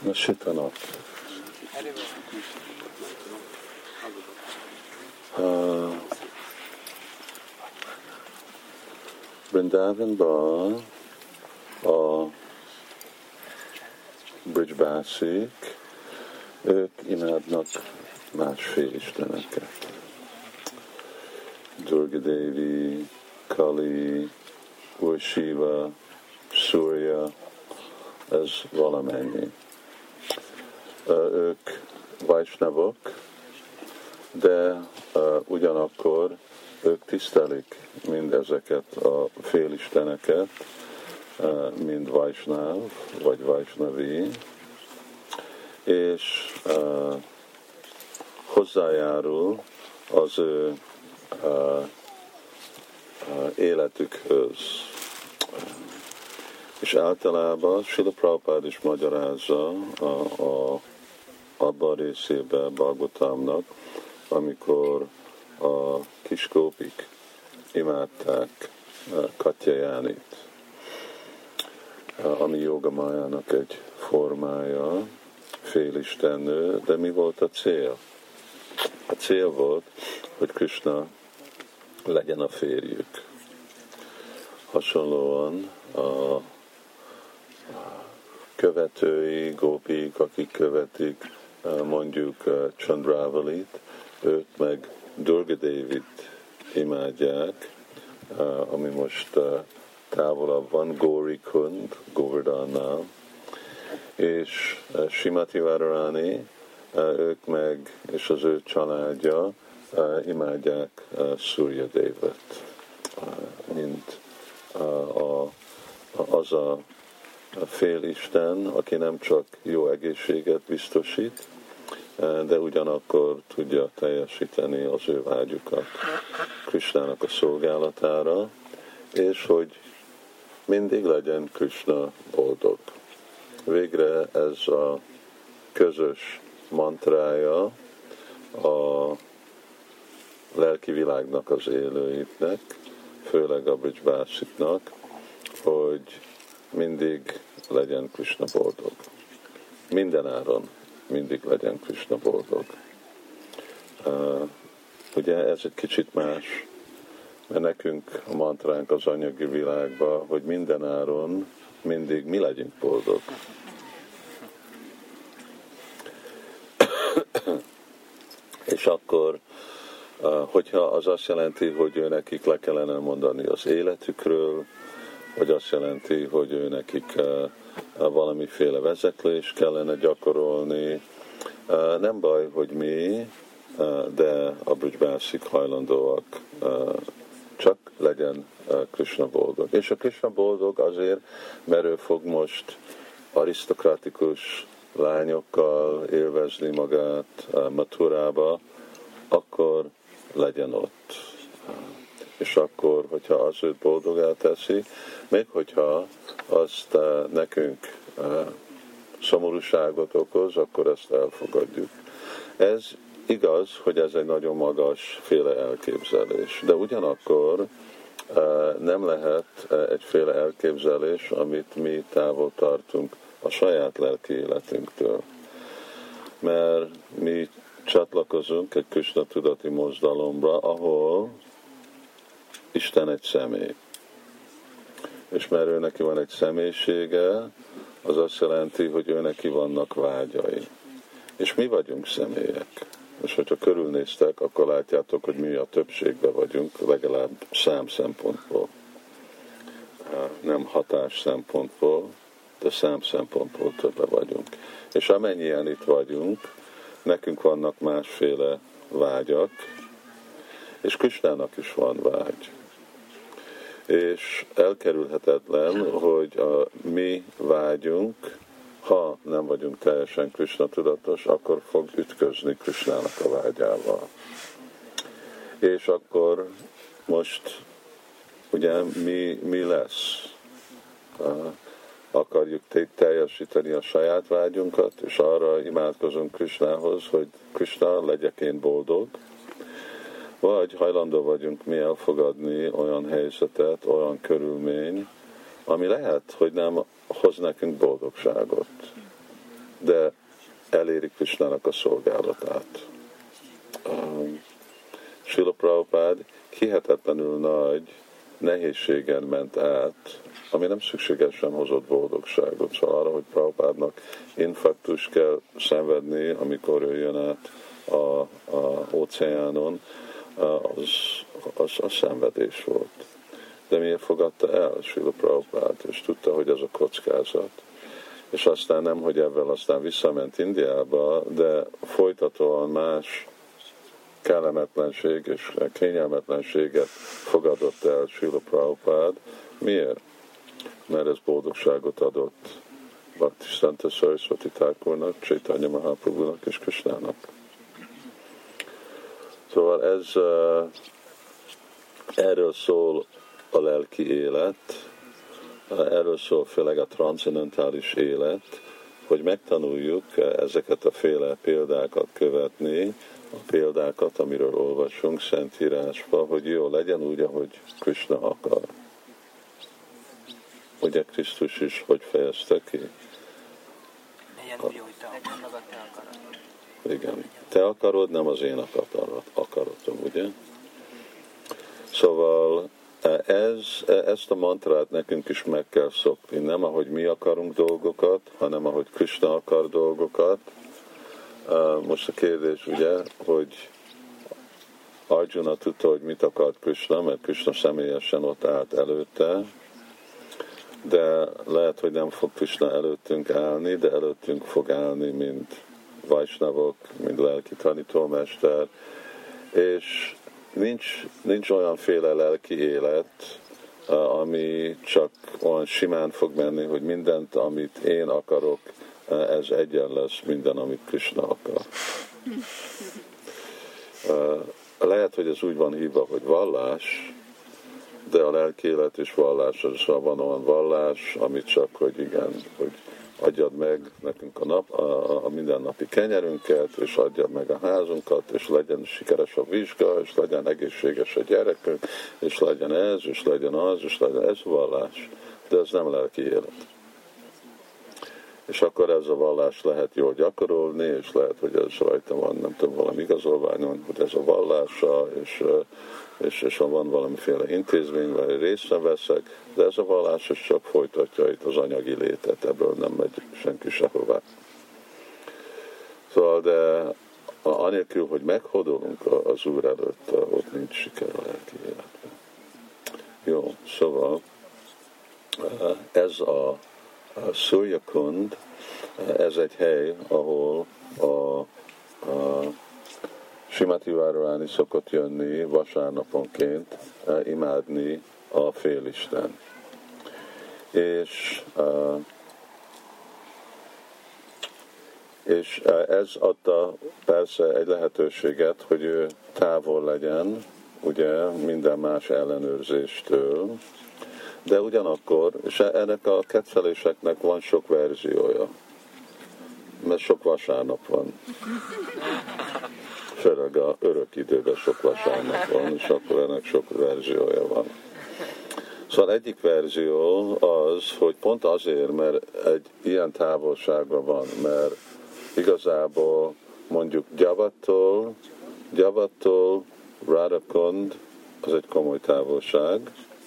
Na sütanak. Vrindavanban a Brijbászik, ők imádnak másfél isteneket. Durga Devi, Kali, Úr Shiva, Surya, ez valamennyi. Ők Vaisnavok, de ugyanakkor ők tisztelik mindezeket a félisteneket, mind Vaisnav vagy Vaisnavi, és hozzájárul az ő életükhöz. És általában Srila Prabhupád is magyarázza abban a részében Bhagavatamnak, amikor a kis gópik imádták Katyayánit, ami Jogamájának egy formája, félistennő, de mi volt a cél? A cél volt, hogy Krishna legyen a férjük. Hasonlóan a követői, gópik, akik követik mondjuk Chandravalit, őt meg Durga Devit imádják, ami most távolabb van, Gauri Kund, Govardhannál, és Srimati Radharani, ők meg, és az ő családja imádják Surya Devat, mint az a félisten, aki nem csak jó egészséget biztosít, de ugyanakkor tudja teljesíteni az ő vágyukat Krishnának a szolgálatára, és hogy mindig legyen Krishna boldog. Végre ez a közös mantrája a lelki világnak az élőiknek, főleg a Brijbásiknak, hogy mindig legyen Krishna boldog. Minden áron mindig legyen Krishna boldog. Ugye ez egy kicsit más, mert nekünk a mantránk az anyagi világban, hogy minden áron mindig mi legyünk boldog. És akkor, hogyha az azt jelenti, hogy ő nekik le kellene mondani az életükről, vagy azt jelenti, hogy ő nekik valamiféle vezeklést kellene gyakorolni. Nem baj, hogy mi, de a Brijbászik hajlandóak, csak legyen Krishna boldog. És a Krishna boldog azért, mert ő fog most arisztokratikus lányokkal élvezni magát Mathurába, akkor legyen ott. És akkor, hogyha az őt boldogá teszi, még hogyha azt nekünk szomorúságot okoz, akkor ezt elfogadjuk. Ez igaz, hogy ez egy nagyon magas féle elképzelés, de ugyanakkor nem lehet egyféle elképzelés, amit mi távol tartunk a saját lelki életünktől. Mert mi csatlakozunk egy Krishna tudati mozdalomra, ahol Isten egy személy. És mert ő neki van egy személyisége, az azt jelenti, hogy ő neki vannak vágyai. És mi vagyunk személyek. És hogyha körülnéztek, akkor látjátok, hogy mi a többségben vagyunk, legalább szám szempontból. Nem hatás szempontból, de szám szempontból többen vagyunk. És amennyien itt vagyunk, nekünk vannak másféle vágyak, és Krishnának is van vágy. És elkerülhetetlen, hogy a mi vágyunk, ha nem vagyunk teljesen Krishna tudatos, akkor fog ütközni Krishnának a vágyával. És akkor most ugye mi lesz? Akarjuk teljesíteni a saját vágyunkat, és arra imádkozunk Krishnához, hogy Krishna, legyek én boldog, vagy hajlandó vagyunk mi elfogadni olyan helyzetet, olyan körülmény, ami lehet, hogy nem hoz nekünk boldogságot. De Krisnának a szolgálatát. Srila Prabhupád hihetetlenül nagy nehézségen ment át, ami nem szükségesen hozott boldogságot. Szóval arra, hogy Prabhupádnak infarktus kell szenvedni, amikor ő jön át a óceánon, az szenvedés volt. De miért fogadta el Srila Prabhupád, és tudta, hogy ez a kockázat. És aztán nem, hogy ebben aztán visszament Indiába, de folytatóan más kellemetlenség és kényelmetlenséget fogadott el Srila Prabhupád. Miért? Mert ez boldogságot adott Bhaktisiddhanta Saraswati Thakurnak, Chaitanya Mahaprabhunak és Krishnának. Szóval erről szól a lelki élet, erről szól főleg a transzendentális élet, hogy megtanuljuk ezeket a féle példákat követni, a példákat, amiről olvasunk Szentírásba, hogy jó legyen úgy, ahogy Krishna akar. Ugye Krisztus is hogy fejezte ki? Legyen úgy, ahogy te akarod, a te akaratod. Igen. Te akarod, nem az én akaratom, ugye? Szóval ezt a mantrát nekünk is meg kell szokni. Nem ahogy mi akarunk dolgokat, hanem ahogy Krishna akar dolgokat. Most a kérdés ugye, hogy Arjuna tudta, hogy mit akart Krishna, mert Krishna személyesen ott állt előtte, de lehet, hogy nem fog Krishna előttünk állni, de előttünk fog állni, mint Vaisnavok, mint lelki tanítómester, és nincs olyanféle lelki élet, ami csak olyan simán fog menni, hogy mindent, amit én akarok, ez egyen lesz minden, amit Krishna akar. Lehet, hogy ez úgy van hívva, hogy vallás, de a lelki élet és vallás, az van olyan vallás, amit csak, hogy igen, hogy adjad meg nekünk a mindennapi kenyerünket, és adjad meg a házunkat, és legyen sikeres a vizsga, és legyen egészséges a gyerekünk, és legyen ez, és legyen az, és legyen ez a vallás. De ez nem lelki élet. És akkor ez a vallás lehet jól gyakorolni, és lehet, hogy ez rajta van, nem tudom, valami igazolványon, hogy ez a vallása, és van valamiféle intézmény, vagy részre veszek, de ez a vallás is csak folytatja itt az anyagi létet, ebből nem megy senki sehová. Szóval, de anélkül, hogy meghódolunk az Úr előtt, ott nincs siker a lelki életben. Jó, szóval ez a Surya Kund, ez egy hely, ahol a Srimati Radharani szokott jönni vasárnaponként imádni a Félisten. És ez adta persze egy lehetőséget, hogy ő távol legyen, ugye minden más ellenőrzéstől, de ugyanakkor, és ennek a ketteléseknek van sok verziója, mert sok vasárnap van. Főleg a örök időben sok vasárnap van, és akkor ennek sok verziója van. Szóval egyik verzió az, hogy pont azért, mert egy ilyen távolságra van, mert igazából mondjuk Javattól Radhakund, az egy komoly távolság,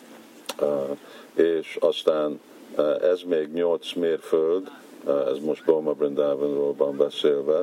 és aztán ez még 8 mérföld, ez most Boma Brindavanról van beszélve,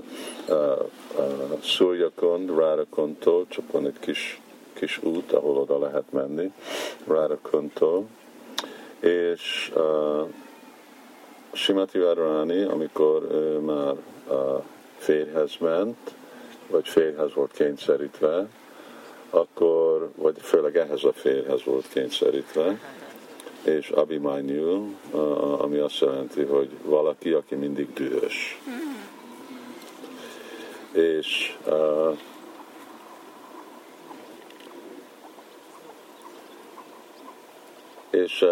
Surya Kund, Radhakundtól, csak van egy kis út, ahol oda lehet menni, Radhakundtól, és Srimati Radharani, amikor ő már férjhez ment, vagy férjhez volt kényszerítve, akkor, vagy főleg ehhez a férjhez volt kényszerítve, és Abhimanyu, ami azt jelenti, hogy valaki, aki mindig dühös. És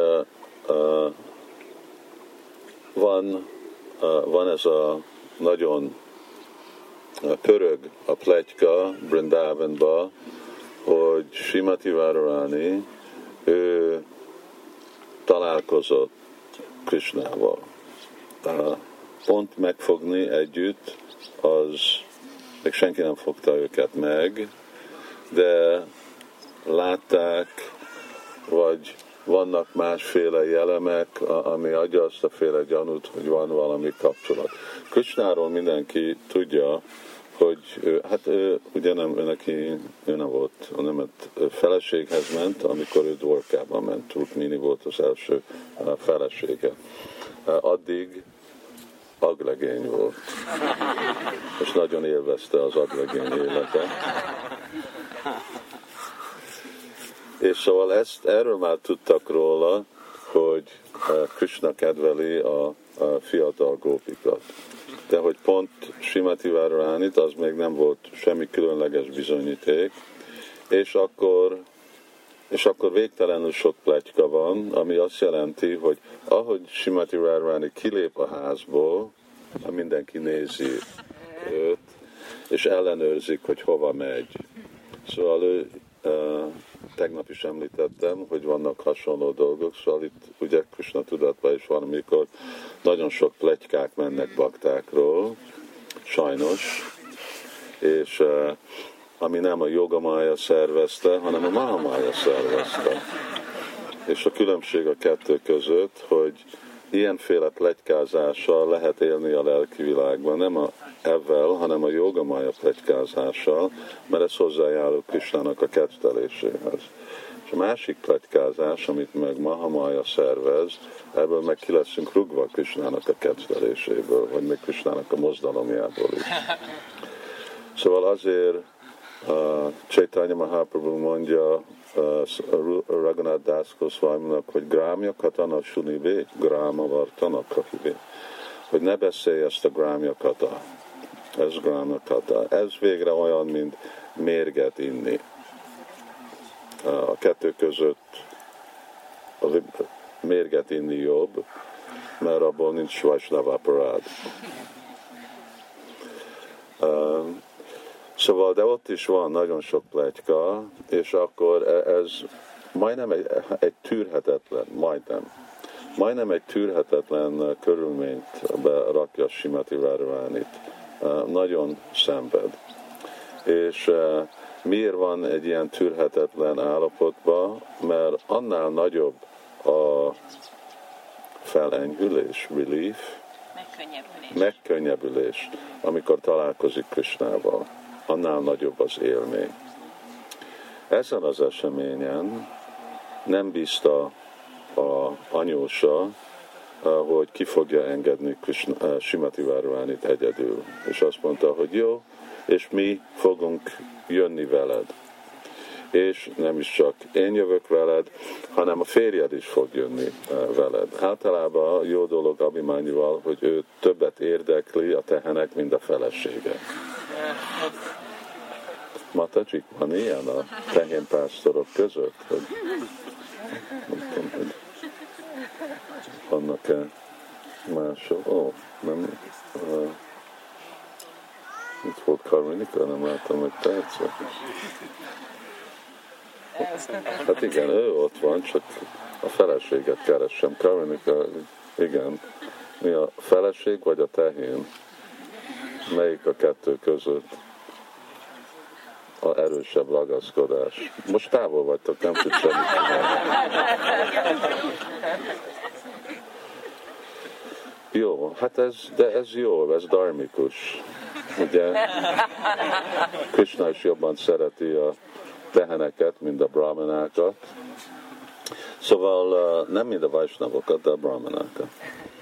van ez a nagyon pörög a pletyka Brindavanba, hogy Srimati Radharani, ő találkozott Krishnával. pont megfogni együtt, az még senki nem fogta őket meg, de látták, vagy vannak másféle jelemek, ami adja azt a féle gyanút, hogy van valami kapcsolat. Krishnáról mindenki tudja, hogy ő ugye ő nem volt, nem feleséghez ment, amikor ő Dvorkába ment. Rukmini volt az első felesége. Addig aglegény volt. És nagyon élvezte az aglegény életet. És szóval erről már tudtak róla, hogy Krishna kedveli a fiatal gópikat. De hogy pont Srimati Radharánit, az még nem volt semmi különleges bizonyíték, és akkor végtelenül sok pletyka van, ami azt jelenti, hogy ahogy Srimati Radharani kilép a házból, mindenki nézi őt, és ellenőrzik, hogy hova megy. Szóval ő, tegnap is említettem, hogy vannak hasonló dolgok, szóval itt ugye Krishna tudatban is van, amikor nagyon sok pletykák mennek baktákról, sajnos, és ami nem a Jogamája szervezte, hanem a Mahamája szervezte. És a különbség a kettő között, hogy ilyenféle pletykázással lehet élni a lelki világban, nem ezzel, hanem a Jogamája pletykázással, mert ez hozzájárul Krishnának a kedveléséhez. És a másik pletykázás, amit meg Mahamája szervez, ebből meg ki leszünk rugva Krishnának a kedveléséből, vagy még Krishnának a mozdalomjából is. Szóval azért Chaitanya Mahaprabhu mondja Raghunath Das Goswaminak, hogy grámja katana sunivé, gráma vartana kahivé. Hogy ne beszélj ezt a grámja kata. Ez grámja kata. Ez végre olyan, mint mérget inni. A kettő között a mérget inni jobb, mert abból nincs Vaishnava parád. Szóval, de ott is van nagyon sok pletyka, és akkor ez majdnem egy tűrhetetlen, majdnem egy tűrhetetlen körülményt berakja Srimati Radharánit. Nagyon szenved. És miért van egy ilyen tűrhetetlen állapotban? Mert annál nagyobb a felenyhülés, relief, megkönnyebbülés, amikor találkozik Krishnával. Annál nagyobb az élmény. Ezen az eseményen nem bízta a anyósa, hogy ki fogja engedni Srimati Radharánit egyedül. És azt mondta, hogy jó, és mi fogunk jönni veled. És nem is csak én jövök veled, hanem a férjed is fog jönni veled. Általában jó dolog Abhimányival, hogy ő többet érdekli a tehenek, mint a felesége. Matajik, van ilyen a tehénpásztorok között, hogy nem tudom, hogy vannak-e mások. Nem. Itt volt Karminika, nem láttam egy percet. Hát igen, ő ott van, csak a feleséget keresem. Karminika, igen. Mi a feleség vagy a tehén? Melyik a kettő között a erősebb ragaszkodás? Most távol vagytok, nem tud semmit csinálni. Jó, hát ez jó, ez dharmikus. Ugye Krishna is jobban szereti a teheneket, mint a brahmanákat. Szóval nem mind a vaisnavokat, de a brahmanákat.